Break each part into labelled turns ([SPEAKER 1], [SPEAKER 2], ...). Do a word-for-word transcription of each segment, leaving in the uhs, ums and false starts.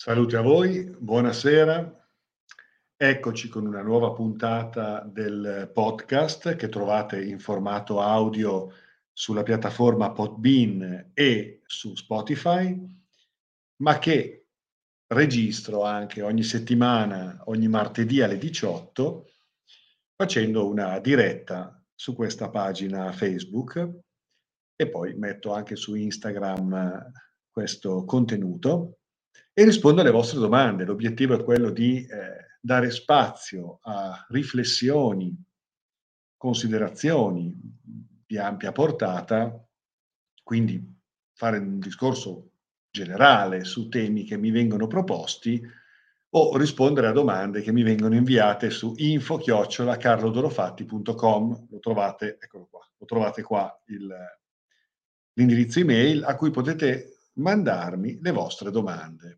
[SPEAKER 1] Salute a voi, buonasera. Eccoci con una nuova puntata del podcast che trovate in formato audio sulla piattaforma Podbean e su Spotify, ma che registro anche ogni settimana, ogni martedì alle diciotto, facendo una diretta su questa pagina Facebook e poi metto anche su Instagram eh, questo contenuto e rispondo alle vostre domande. L'obiettivo è quello di eh, dare spazio a riflessioni, considerazioni di ampia portata, quindi fare un discorso generale su temi che mi vengono proposti o rispondere a domande che mi vengono inviate su info chiocciola carlodorofatti punto com. Lo trovate, eccolo qua, lo trovate qua il, l'indirizzo email a cui potete mandarmi le vostre domande.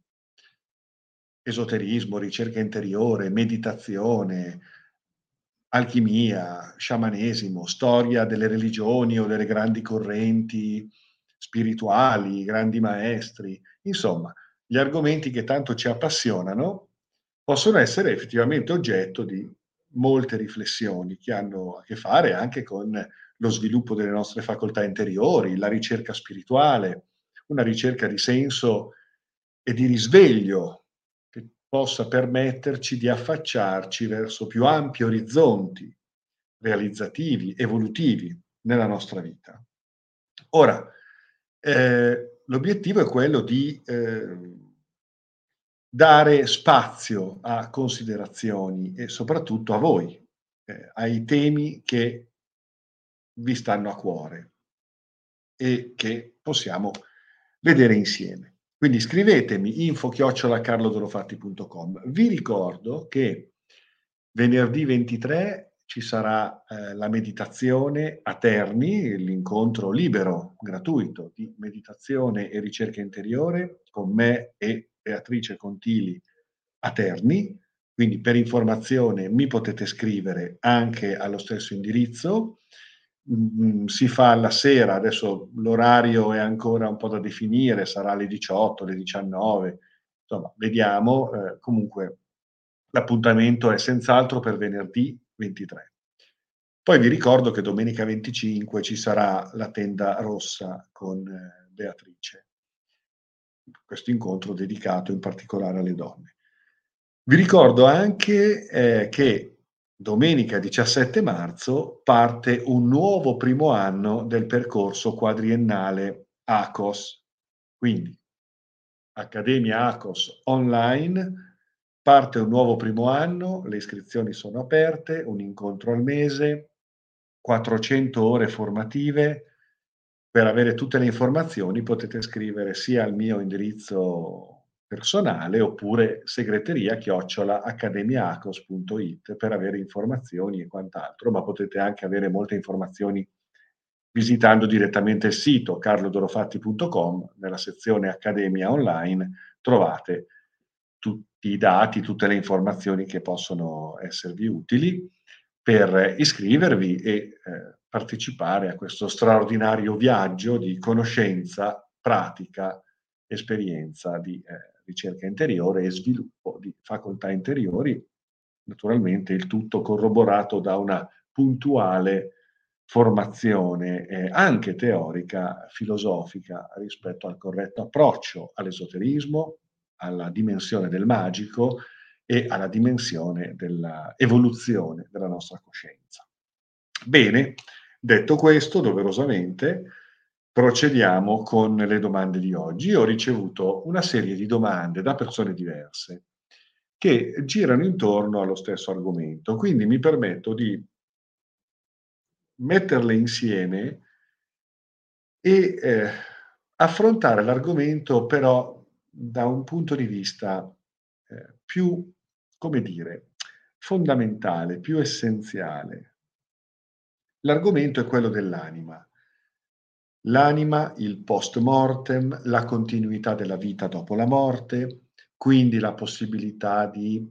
[SPEAKER 1] Esoterismo, ricerca interiore, meditazione, alchimia, sciamanesimo, storia delle religioni o delle grandi correnti spirituali, grandi maestri, insomma, gli argomenti che tanto ci appassionano possono essere effettivamente oggetto di molte riflessioni che hanno a che fare anche con lo sviluppo delle nostre facoltà interiori, la ricerca spirituale, una ricerca di senso e di risveglio che possa permetterci di affacciarci verso più ampi orizzonti realizzativi, evolutivi nella nostra vita. Ora, eh, l'obiettivo è quello di eh, dare spazio a considerazioni e soprattutto a voi, eh, ai temi che vi stanno a cuore e che possiamo vedere insieme. Quindi scrivetemi info chiocciola carlodorofatti punto com. Vi ricordo che venerdì ventitré ci sarà eh, la meditazione a Terni, l'incontro libero, gratuito di meditazione e ricerca interiore con me e Beatrice Contili a Terni. Quindi per informazione mi potete scrivere anche allo stesso indirizzo. Mm, si fa alla sera, adesso l'orario è ancora un po' da definire, sarà alle diciotto, alle diciannove, insomma, vediamo. Eh, comunque l'appuntamento è senz'altro per venerdì ventitré. Poi vi ricordo che domenica venticinque ci sarà la tenda rossa con eh, Beatrice, questo incontro dedicato in particolare alle donne. Vi ricordo anche eh, che domenica diciassette marzo parte un nuovo primo anno del percorso quadriennale A C O S, quindi Accademia A C O S online, parte un nuovo primo anno, le iscrizioni sono aperte, un incontro al mese, quattrocento ore formative. Per avere tutte le informazioni potete scrivere sia al mio indirizzo personale oppure segreteria chiocciola accademiacos punto it per avere informazioni e quant'altro, ma potete anche avere molte informazioni visitando direttamente il sito carlodorofatti punto com. Nella sezione Accademia Online trovate tutti i dati, tutte le informazioni che possono esservi utili per iscrivervi e eh, partecipare a questo straordinario viaggio di conoscenza, pratica, esperienza di eh, ricerca interiore e sviluppo di facoltà interiori, naturalmente il tutto corroborato da una puntuale formazione eh, anche teorica, filosofica rispetto al corretto approccio all'esoterismo, alla dimensione del magico e alla dimensione dell'evoluzione della nostra coscienza. Bene, detto questo, doverosamente procediamo con le domande di oggi. Io ho ricevuto una serie di domande da persone diverse che girano intorno allo stesso argomento, quindi mi permetto di metterle insieme e eh, affrontare l'argomento però da un punto di vista eh, più, come dire, fondamentale, più essenziale. L'argomento è quello dell'anima. L'anima, il post mortem, la continuità della vita dopo la morte, quindi la possibilità di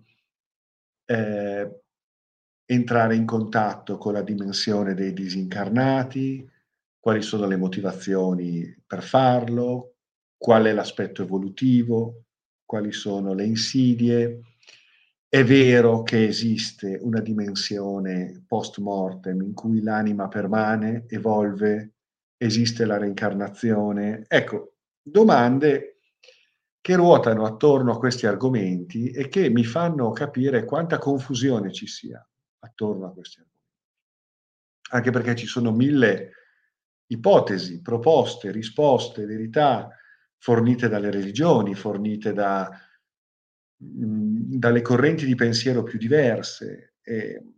[SPEAKER 1] eh, entrare in contatto con la dimensione dei disincarnati, quali sono le motivazioni per farlo, qual è l'aspetto evolutivo, quali sono le insidie. È vero che esiste una dimensione post mortem in cui l'anima permane, evolve, esiste la reincarnazione. Ecco, domande che ruotano attorno a questi argomenti e che mi fanno capire quanta confusione ci sia attorno a questi argomenti. Anche perché ci sono mille ipotesi, proposte, risposte, verità fornite dalle religioni, fornite da mhmm, dalle correnti di pensiero più diverse, ehm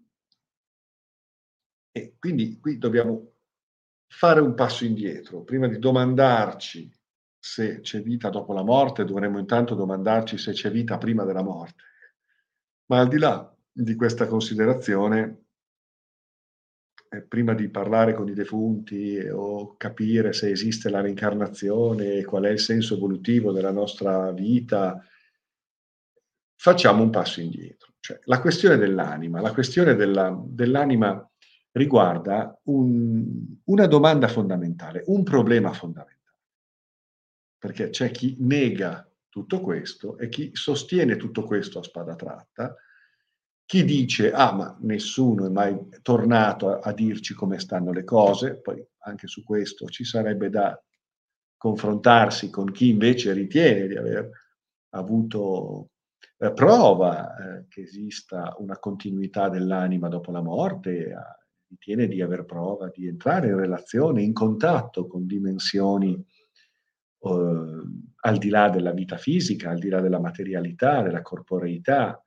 [SPEAKER 1] e quindi qui dobbiamo fare un passo indietro. Prima di domandarci se c'è vita dopo la morte, dovremmo intanto domandarci se c'è vita prima della morte. Ma al di là di questa considerazione, ehm, prima di parlare con i defunti e o capire se esiste la reincarnazione e qual è il senso evolutivo della nostra vita, facciamo un passo indietro. Cioè, la questione dell'anima la questione della dell'anima riguarda un una domanda fondamentale, un problema fondamentale. Perché c'è chi nega tutto questo e chi sostiene tutto questo a spada tratta, chi dice: "Ah, ma nessuno è mai tornato a a dirci come stanno le cose", poi anche su questo ci sarebbe da confrontarsi con chi invece ritiene di aver avuto, ehm, prova, ehm, che esista una continuità dell'anima dopo la morte, a ritiene di aver prova di entrare in relazione, in contatto con dimensioni, uhm, al di là della vita fisica, al di là della materialità, della corporeità.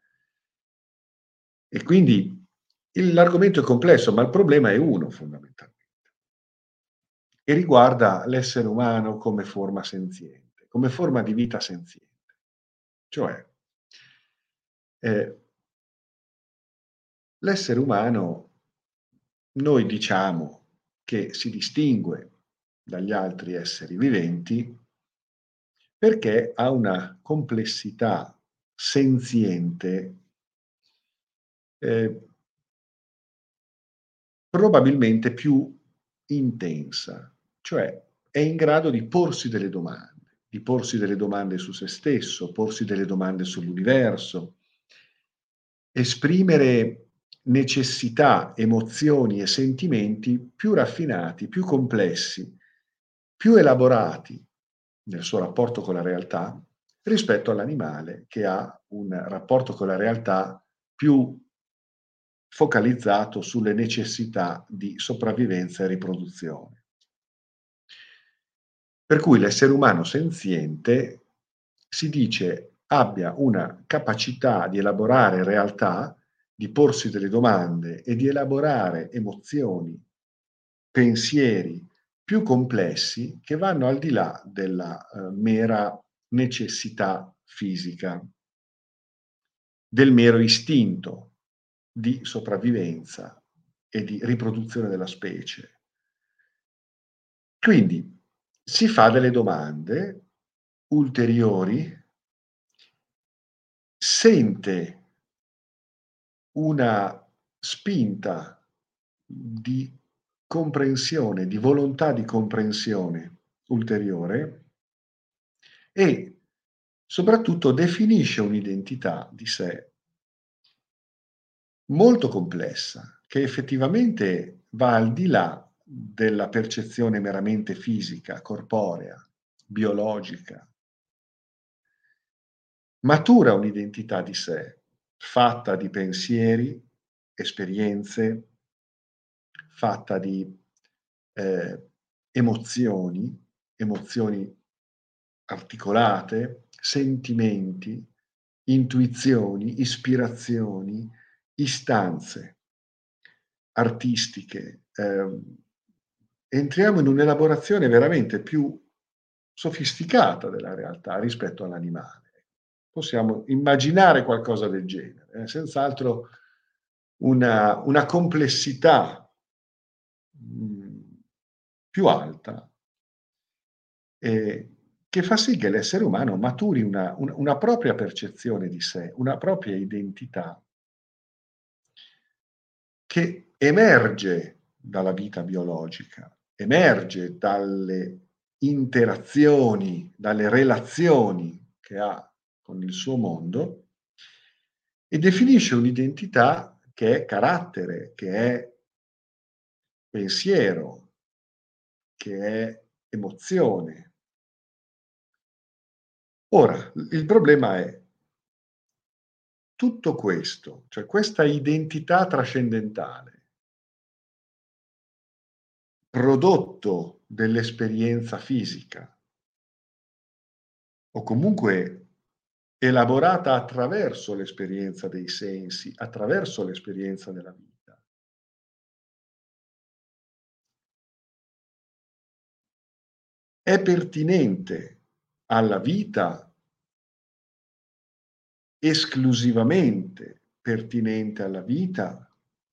[SPEAKER 1] E quindi il l'argomento è complesso, ma il problema è uno fondamentalmente, e riguarda l'essere umano come forma senziente, come forma di vita senziente. Cioè, ehm, l'essere umano noi diciamo che si distingue dagli altri esseri viventi perché ha una complessità senziente, ehm, probabilmente più intensa, cioè è in grado di porsi delle domande, di porsi delle domande su se stesso, porsi delle domande sull'universo, esprimere necessità, emozioni e sentimenti più raffinati, più complessi, più elaborati nel suo rapporto con la realtà rispetto all'animale che ha un rapporto con la realtà più focalizzato sulle necessità di sopravvivenza e riproduzione. Per cui l'essere umano senziente si dice abbia una capacità di elaborare realtà, di porsi delle domande e di elaborare emozioni, pensieri più complessi che vanno al di là della, ehm, mera necessità fisica, del mero istinto di sopravvivenza e di riproduzione della specie. Quindi si fa delle domande ulteriori, sente una spinta di comprensione, di volontà di comprensione ulteriore e soprattutto definisce un'identità di sé molto complessa, che effettivamente va al di là della percezione meramente fisica, corporea, biologica. Matura un'identità di sé, fatta di pensieri, esperienze, fatta di, ehm, emozioni, emozioni articolate, sentimenti, intuizioni, ispirazioni, istanze artistiche. Ehm, entriamo in un'elaborazione veramente più sofisticata della realtà rispetto all'animale. Possiamo immaginare qualcosa del genere, eh, senz'altro una una complessità, mhmm, più alta, ehm, che fa sì che l'essere umano maturi una un una propria percezione di sé, una propria identità che emerge dalla vita biologica, emerge dalle interazioni, dalle relazioni che ha con il suo mondo e definisce un'identità che è carattere, che è pensiero, che è emozione. Ora, l il problema è tutto questo, cioè questa identità trascendentale, prodotto dell'esperienza fisica o comunque elaborata attraverso l'esperienza dei sensi, attraverso l'esperienza della vita, è pertinente alla vita, esclusivamente pertinente alla vita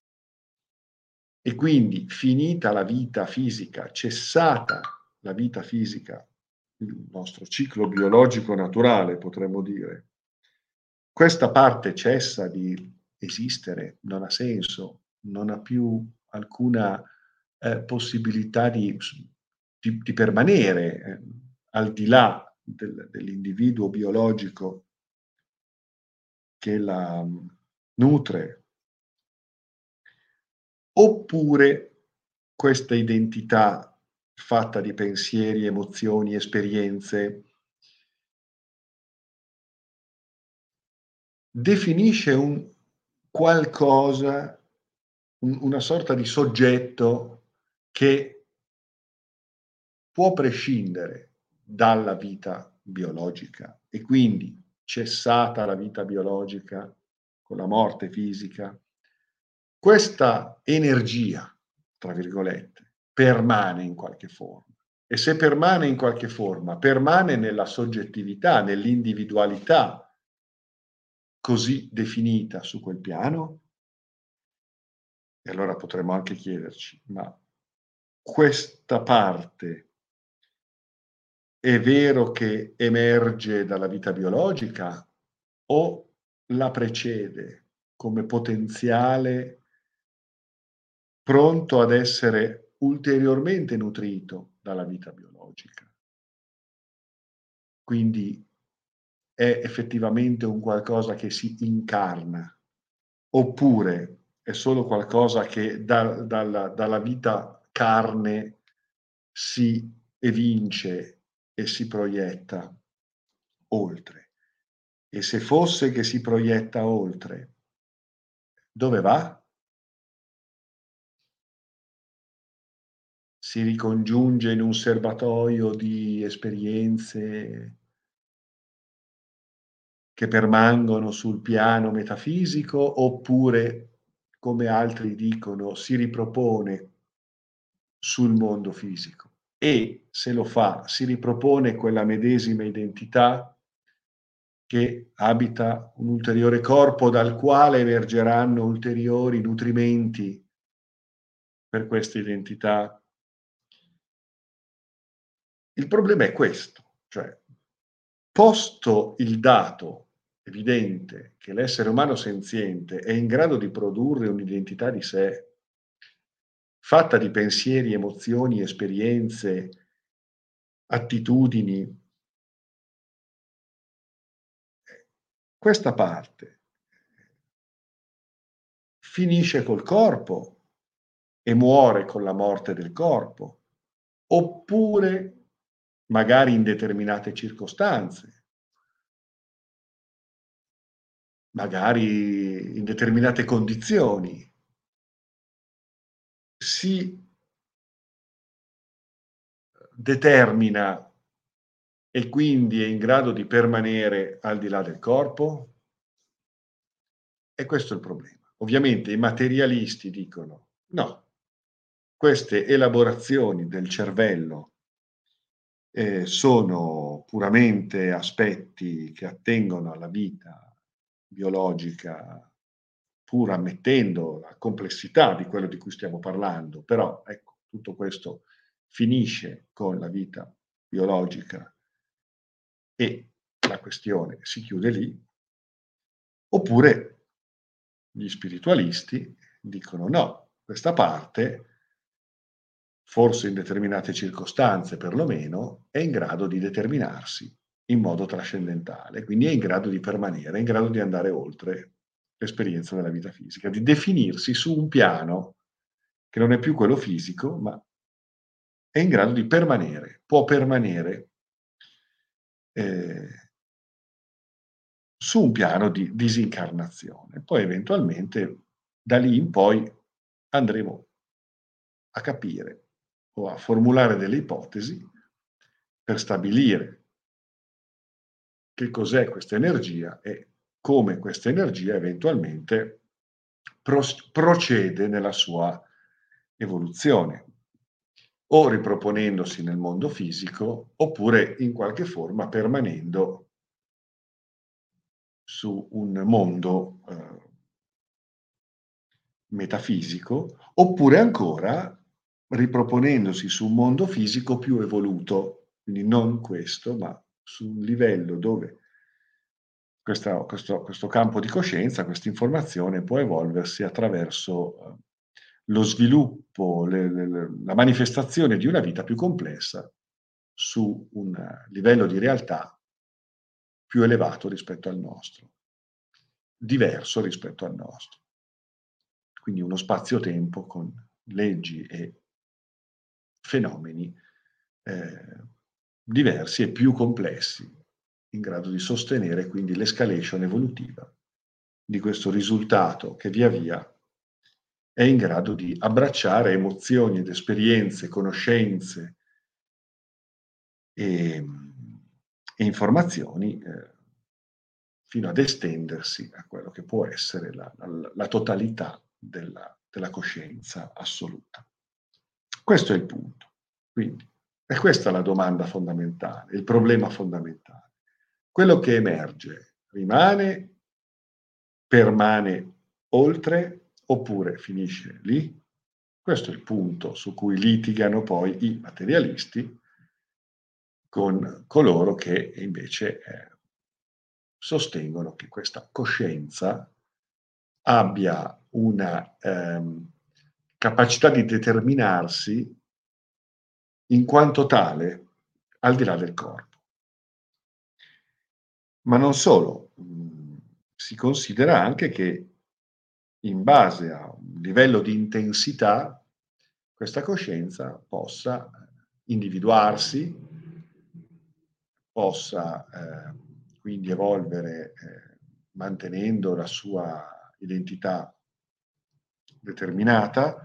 [SPEAKER 1] e quindi finita la vita fisica, cessata la vita fisica, il nostro ciclo biologico naturale potremmo dire, questa parte cessa di esistere, non ha senso, non ha più alcuna, ehm, possibilità di s di di permanere, ehm, al di là del dell'individuo biologico che la, mhmm, nutre. Oppure questa identità fatta di pensieri, emozioni, esperienze, definisce un qualcosa, un una sorta di soggetto che può prescindere dalla vita biologica e quindi, cessata la vita biologica con la morte fisica, questa "energia", tra virgolette, permane in qualche forma. E se permane in qualche forma, permane nella soggettività, nell'individualità così definita su quel piano? E allora potremmo anche chiederci: ma questa parte è vero che emerge dalla vita biologica o la precede come potenziale pronto ad essere ulteriormente nutrito dalla vita biologica? Quindi è effettivamente un qualcosa che si incarna, oppure è solo qualcosa che da dalla dalla vita carne si evince e si proietta oltre. E se fosse che si proietta oltre, dove va? Si ricongiunge in un serbatoio di esperienze che permangono sul piano metafisico, oppure, come altri dicono, si ripropone sul mondo fisico. E se lo fa, si ripropone quella medesima identità che abita un ulteriore corpo dal quale emergeranno ulteriori nutrimenti per questa identità. Il problema è questo, cioè posto il dato evidente che l'essere umano senziente è in grado di produrre un'identità di sé, fatta di pensieri, emozioni, esperienze, attitudini, questa parte finisce col corpo e muore con la morte del corpo, oppure magari in determinate circostanze, magari in determinate condizioni, si determina e quindi è in grado di permanere al di là del corpo? E questo è il problema. Ovviamente i materialisti dicono: "No, queste elaborazioni del cervello, ehm, sono puramente aspetti che attengono alla vita biologica, pur ammettendo la complessità di quello di cui stiamo parlando, però ecco, tutto questo finisce con la vita biologica e la questione si chiude lì." Oppure gli spiritualisti dicono: "No, questa parte, forse in determinate circostanze perlomeno, è in grado di determinarsi." in modo trascendentale, quindi è in grado di permanere, è in grado di andare oltre l'esperienza della vita fisica, di definirsi su un piano che non è più quello fisico, ma è in grado di permanere, può permanere ehm, su un piano di disincarnazione. Poi eventualmente da lì in poi andremo a capire o a formulare delle ipotesi per stabilire che cos'è questa energia e come questa energia eventualmente pros procede nella sua evoluzione, o riproponendosi nel mondo fisico, oppure in qualche forma permanendo su un mondo, uhm, metafisico, oppure ancora riproponendosi su un mondo fisico più evoluto, quindi non questo, ma su un livello dove questa questo questo campo di coscienza, questa informazione può evolversi attraverso, uhm, lo sviluppo, le le le la manifestazione di una vita più complessa su un livello di realtà più elevato rispetto al nostro, diverso rispetto al nostro. Quindi uno spazio-tempo con leggi e fenomeni, ehm, diversi e più complessi, in grado di sostenere quindi l'escalation evolutiva di questo risultato che via via è in grado di abbracciare emozioni ed esperienze, conoscenze, ehm, e informazioni, ehm, fino ad estendersi a quello che può essere la la la totalità della della coscienza assoluta. Questo è il punto. Quindi è questa la domanda fondamentale, il problema fondamentale. Quello che emerge rimane, permane oltre oppure finisce lì? Questo è il punto su cui litigano poi i materialisti con coloro che invece, ehm, sostengono che questa coscienza abbia una, ehm, capacità di determinarsi in quanto tale al di là del corpo. Ma non solo, mhmm, si considera anche che in base a un livello di intensità questa coscienza possa individuarsi, possa, ehm, quindi evolvere, ehm, mantenendo la sua identità determinata,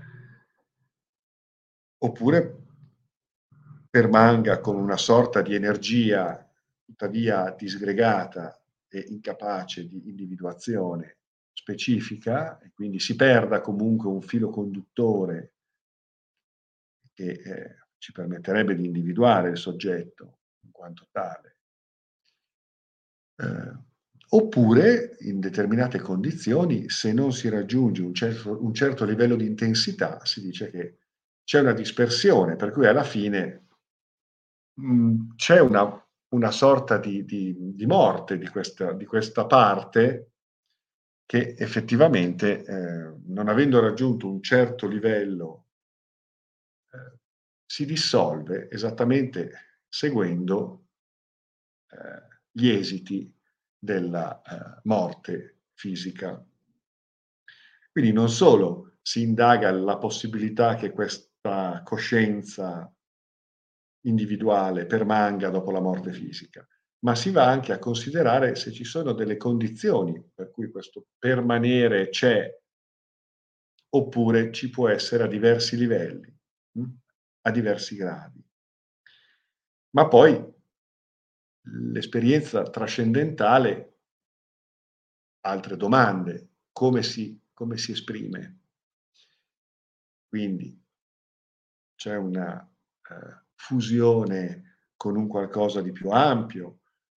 [SPEAKER 1] oppure permanga con una sorta di energia tuttavia disgregata e incapace di individuazione specifica e quindi si perda comunque un filo conduttore che, ehm, ci permetterebbe di individuare il soggetto in quanto tale. Ehm, oppure in determinate condizioni, se non si raggiunge un certo un certo livello di intensità, si dice che c'è una dispersione, per cui alla fine Mhmm, c'è una una sorta di di di morte di questa di questa parte che effettivamente, ehm, non avendo raggiunto un certo livello, ehm, si dissolve esattamente seguendo, ehm, gli esiti della, ehm, morte fisica. Quindi non solo si indaga la possibilità che questa coscienza individuale permanga dopo la morte fisica, ma si va anche a considerare se ci sono delle condizioni per cui questo permanere c'è, oppure ci può essere a diversi livelli, mh, a diversi gradi. Ma poi l'esperienza trascendentale ha altre domande: come si come si esprime? Quindi c'è una, ehm, fusione con un qualcosa di più ampio,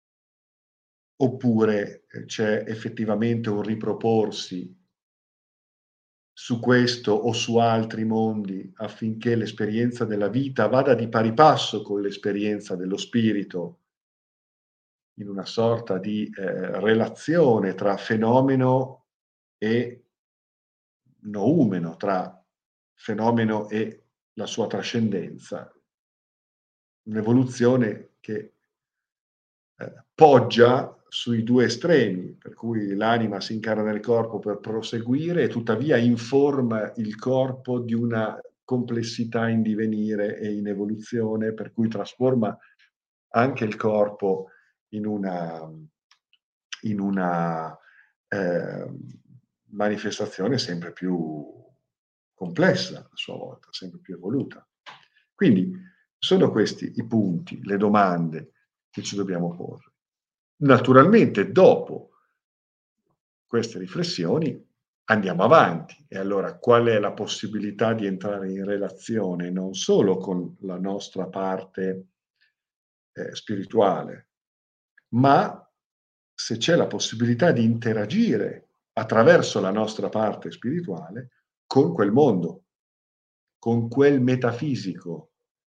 [SPEAKER 1] oppure, ehm, c'è effettivamente un riproporsi su questo o su altri mondi affinché l'esperienza della vita vada di pari passo con l'esperienza dello spirito, in una sorta di, ehm, relazione tra fenomeno e noumeno, tra fenomeno e la sua trascendenza. Un'evoluzione che eh, poggia sui due estremi, per cui l'anima si incarna nel corpo per proseguire e tuttavia informa il corpo di una complessità in divenire e in evoluzione, per cui trasforma anche il corpo in una in una, ehm, manifestazione sempre più complessa a sua volta, sempre più evoluta. Quindi sono questi i punti, le domande che ci dobbiamo porre. Naturalmente dopo queste riflessioni andiamo avanti e allora qual è la possibilità di entrare in relazione non solo con la nostra parte, ehm, spirituale, ma se c'è la possibilità di interagire attraverso la nostra parte spirituale con quel mondo, con quel metafisico,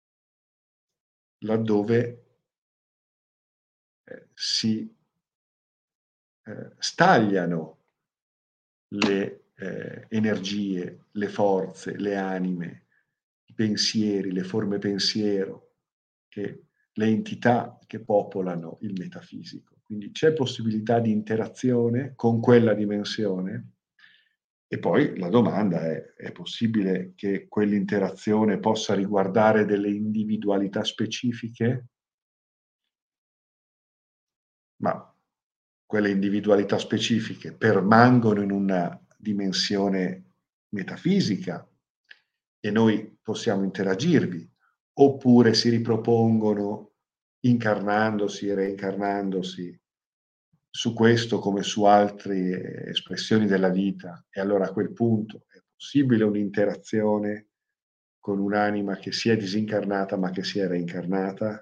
[SPEAKER 1] laddove ehm, si ehm, stagliano le, ehm, energie, le forze, le anime, i pensieri, le forme pensiero, che le entità che popolano il metafisico. Quindi c'è possibilità di interazione con quella dimensione? E poi la domanda è: è possibile che quell'interazione possa riguardare delle individualità specifiche? Ma quelle individualità specifiche permangono in una dimensione metafisica e noi possiamo interagirvi, oppure si ripropongono incarnandosi e reincarnandosi su questo come su altre espressioni della vita, e allora a quel punto è possibile un'interazione con un'anima che si è disincarnata ma che si è reincarnata?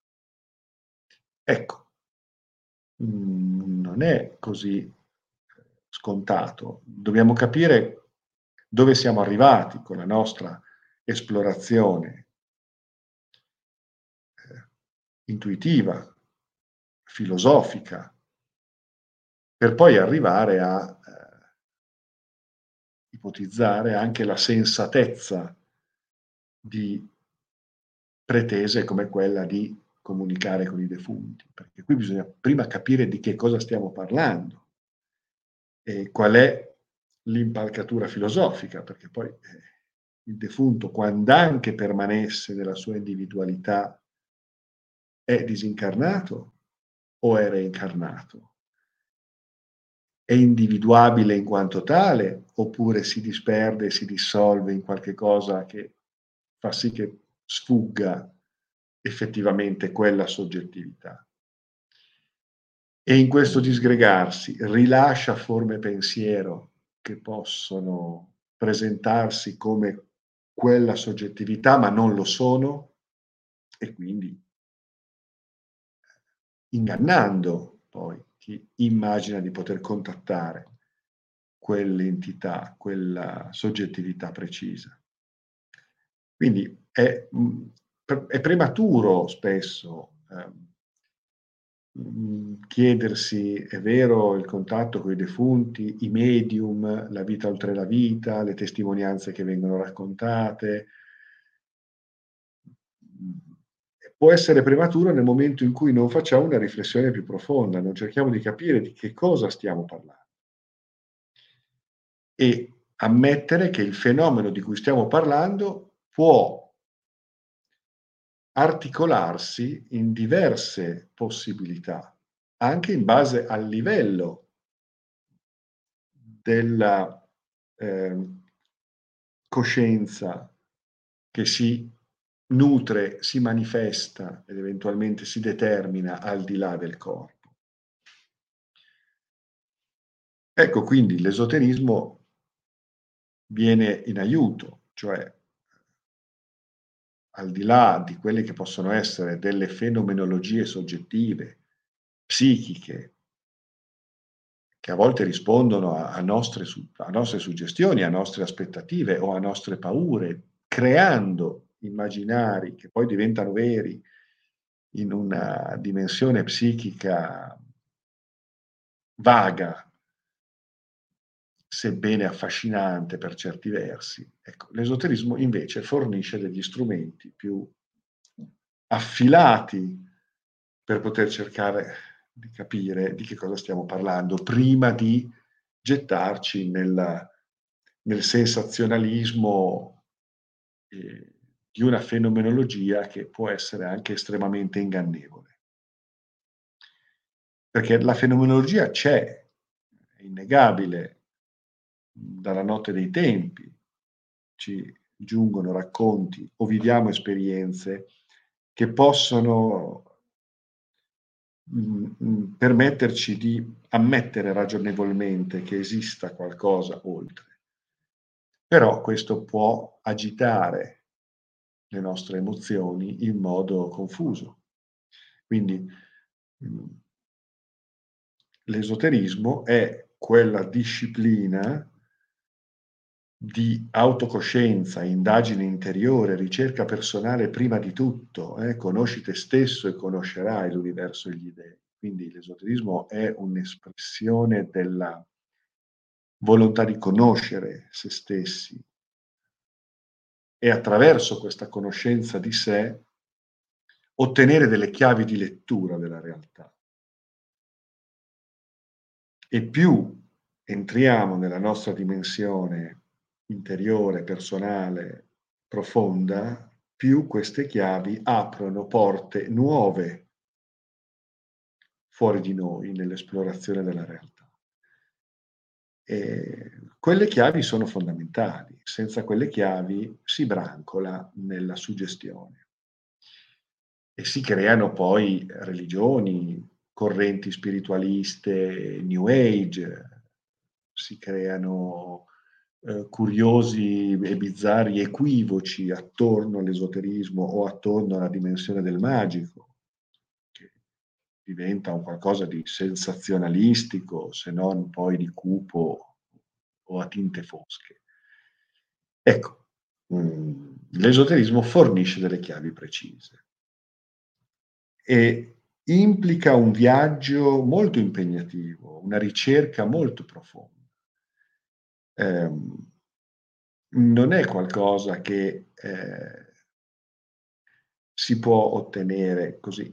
[SPEAKER 1] Ecco, mhmm, non è così scontato. Dobbiamo capire dove siamo arrivati con la nostra esplorazione ehm, intuitiva, filosofica, per poi arrivare a, ehm, ipotizzare anche la sensatezza di pretese come quella di comunicare con i defunti, perché qui bisogna prima capire di che cosa stiamo parlando e qual è l'impalcatura filosofica, perché poi, eh, il defunto quand'anche permanesse nella sua individualità è disincarnato o è reincarnato? È individuabile in quanto tale, oppure si disperde, si dissolve in qualche cosa che fa sì che sfugga effettivamente quella soggettività? E in questo disgregarsi rilascia forme pensiero che possono presentarsi come quella soggettività, ma non lo sono, e quindi ingannando poi chi immagina di poter contattare quell'entità, quella soggettività precisa. Quindi è, mhmm, pre è prematuro spesso, ehm, mhmm, chiedersi: è vero il contatto coi defunti, i medium, la vita oltre la vita, le testimonianze che vengono raccontate? Mhmm, può essere prematuro nel momento in cui non facciamo una riflessione più profonda, non cerchiamo di capire di che cosa stiamo parlan e ammettere che il fenomeno di cui stiamo parlando può articolarsi in diverse possibilità, anche in base al livello della, ehm, coscienza che si nutre, si manifesta ed eventualmente si determina al di là del corpo. Ecco quindi l'esoterismo viene in aiuto, cioè al di là di quelle che possono essere delle fenomenologie soggettive, psichiche, che a volte rispondono a a nostre su a nostre suggestioni, a nostre aspettative o a nostre paure, creando immaginari che poi diventano veri in una dimensione psichica vaga, sebbene affascinante per certi versi. Ecco, l'esoterismo invece fornisce degli strumenti più affilati per poter cercare di capire di che cosa stiamo parlando, prima di gettarci nel nel sensazionalismo, ehm, di una fenomenologia che può essere anche estremamente ingannevole. Perché la fenomenologia c'è, è innegabile, mhmm, dalla notte dei tempi ci giungono racconti o viviamo esperienze che possono mhmm, mhmm, permetterci di ammettere ragionevolmente che esista qualcosa oltre. Però questo può agitare le nostre emozioni in modo confuso. Quindi, mhmm l'esoterismo è quella disciplina di autocoscienza, indagine interiore, ricerca personale prima di tutto, eh, conosci te stesso e conoscerai l'universo e gli dèi. Quindi l'esoterismo è un'espressione della volontà di conoscere se stessi e attraverso questa conoscenza di sé ottenere delle chiavi di lettura della realtà. E più entriamo nella nostra dimensione interiore, personale, profonda, più queste chiavi aprono porte nuove fuori di noi, nell'esplorazione della realtà. E quelle chiavi sono fondamentali, senza quelle chiavi si brancola nella suggestione. E si creano poi religioni, correnti spiritualiste, New Age, si creano, ehm, curiosi e bizzarri equivoci attorno all'esoterismo o attorno alla dimensione del magico, che diventa un qualcosa di sensazionalistico, se non poi di cupo o a tinte fosche. Ecco, mhmm, l'esoterismo fornisce delle chiavi precise. E implica un viaggio molto impegnativo, una ricerca molto profonda. Ehm, non è qualcosa che, ehm si può ottenere così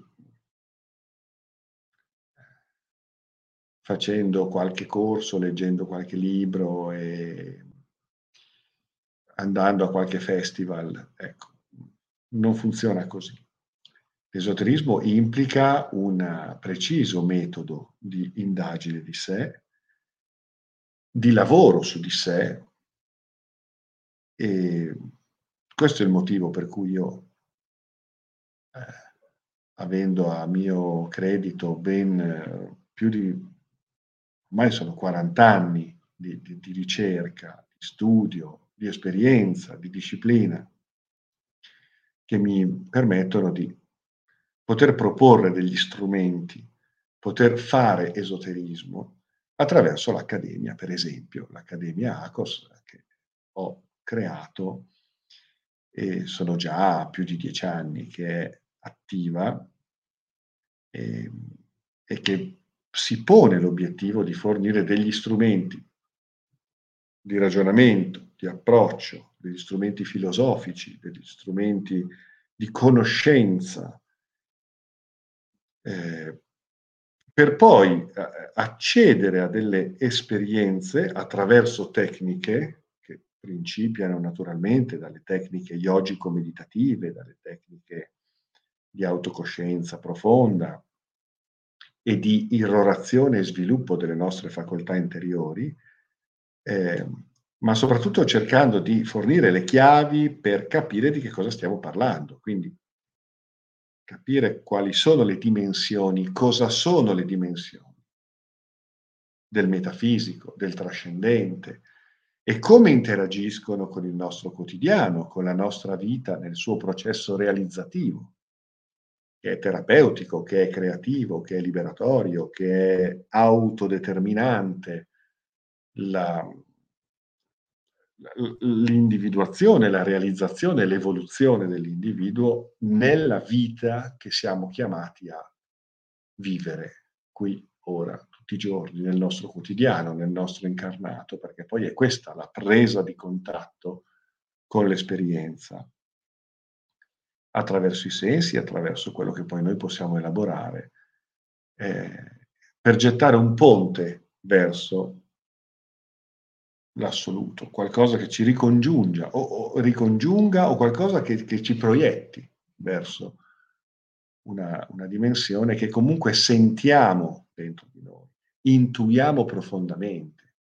[SPEAKER 1] facendo qualche corso, leggendo qualche libro e andando a qualche festival, ecco. Non funziona così. L'esoterismo implica un preciso metodo di indagine di sé, di lavoro su di sé, e questo è il motivo per cui io, eh, avendo a mio credito ben eh, più di ormai sono quaranta anni di di di ricerca, di studio, di esperienza, di disciplina, che mi permettono di poter proporre degli strumenti, poter fare esoterismo attraverso l'accademia, per esempio, l'accademia Akos che ho creato e sono già più di dieci anni che è attiva, ehm, e che si pone l'obiettivo di fornire degli strumenti di ragionamento, di approccio, degli strumenti filosofici, degli strumenti di conoscenza, ehm, per poi a a accedere a delle esperienze attraverso tecniche che principiano naturalmente dalle tecniche yogico-meditative, dalle tecniche di autocoscienza profonda e di irrorazione e sviluppo delle nostre facoltà interiori, ehm, ma soprattutto cercando di fornire le chiavi per capire di che cosa stiamo parlando. Quindi capire quali sono le dimensioni, cosa sono le dimensioni del metafisico, del trascendente e come interagiscono con il nostro quotidiano, con la nostra vita nel suo processo realizzativo, che è terapeutico, che è creativo, che è liberatorio, che è autodeterminante. La l l'individuazione, la realizzazione e l'evoluzione dell'individuo nella vita che siamo chiamati a vivere qui, ora, tutti i giorni, nel nostro quotidiano, nel nostro incarnato, perché poi è questa la presa di contatto con l'esperienza. attraverso i sensi, attraverso quello che poi noi possiamo elaborare, ehm, per gettare un ponte verso l'assoluto, qualcosa che ci ricongiunga o o ricongiunga o qualcosa che che ci proietti verso una una dimensione che comunque sentiamo dentro di noi, intuiamo profondamente.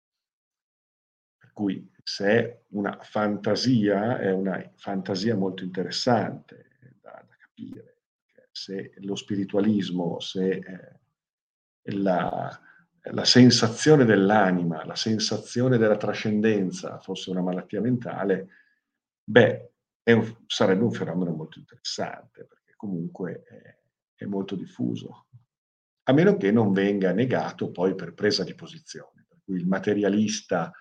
[SPEAKER 1] Per cui se è una fantasia, è una fantasia molto interessante da da capire, perché se lo spiritualismo, se, ehm, la la sensazione dell'anima, la sensazione della trascendenza fosse una malattia mentale, beh, è un f sarebbe un fenomeno molto interessante, perché comunque è è molto diffuso. A meno che non venga negato poi per presa di posizione, per cui il materialista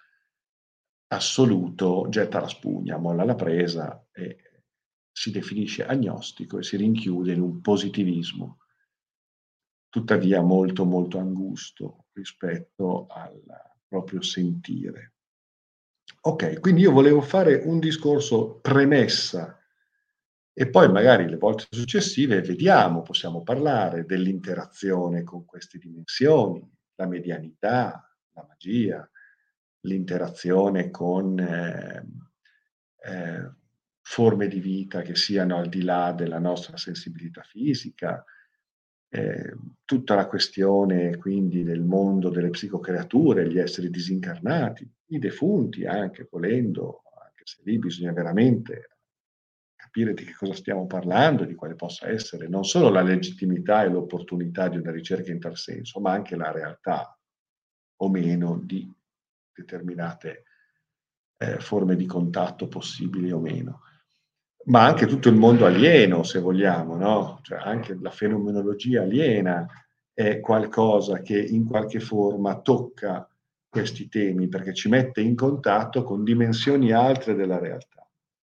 [SPEAKER 1] assoluto getta la spugna, molla la presa e si definisce agnostico e si rinchiude in un positivismo, tuttavia molto, molto angusto rispetto al proprio sentire. Okay, quindi io volevo fare un discorso premessa e poi magari le volte successive vediamo, possiamo parlare dell'interazione con queste dimensioni, la medianità, la magia, l'interazione con, ehm, ehm, forme di vita che siano al di là della nostra sensibilità fisica, ehm, tutta la questione quindi del mondo delle psicocreature, gli esseri disincarnati, i defunti anche volendo, anche se lì bisogna veramente capire di che cosa stiamo parlando, di quale possa essere non solo la legittimità e l'opportunità di una ricerca in tal senso, ma anche la realtà o meno di determinate, ehm, forme di contatto possibili o meno. Ma anche tutto il mondo alieno se vogliamo, no, cioè anche la fenomenologia aliena è qualcosa che in qualche forma tocca questi temi, perché ci mette in contatto con dimensioni altre della realtà.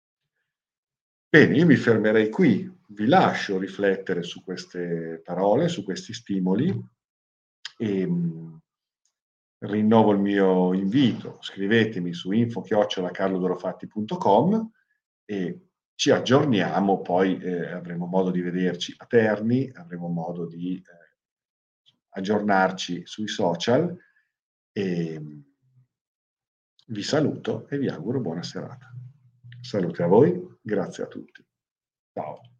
[SPEAKER 1] Bene, io mi fermerei qui, vi lascio riflettere su queste parole, su questi stimoli, ehm, rinnovo il mio invito, scrivetemi su info chiocciola carlodorofatti punto com e ci aggiorniamo, poi, ehm, avremo modo di vederci a Terni, avremo modo di, ehm, aggiornarci sui social, ehm, vi saluto e vi auguro buona serata. Salute a voi, grazie a tutti. Ciao.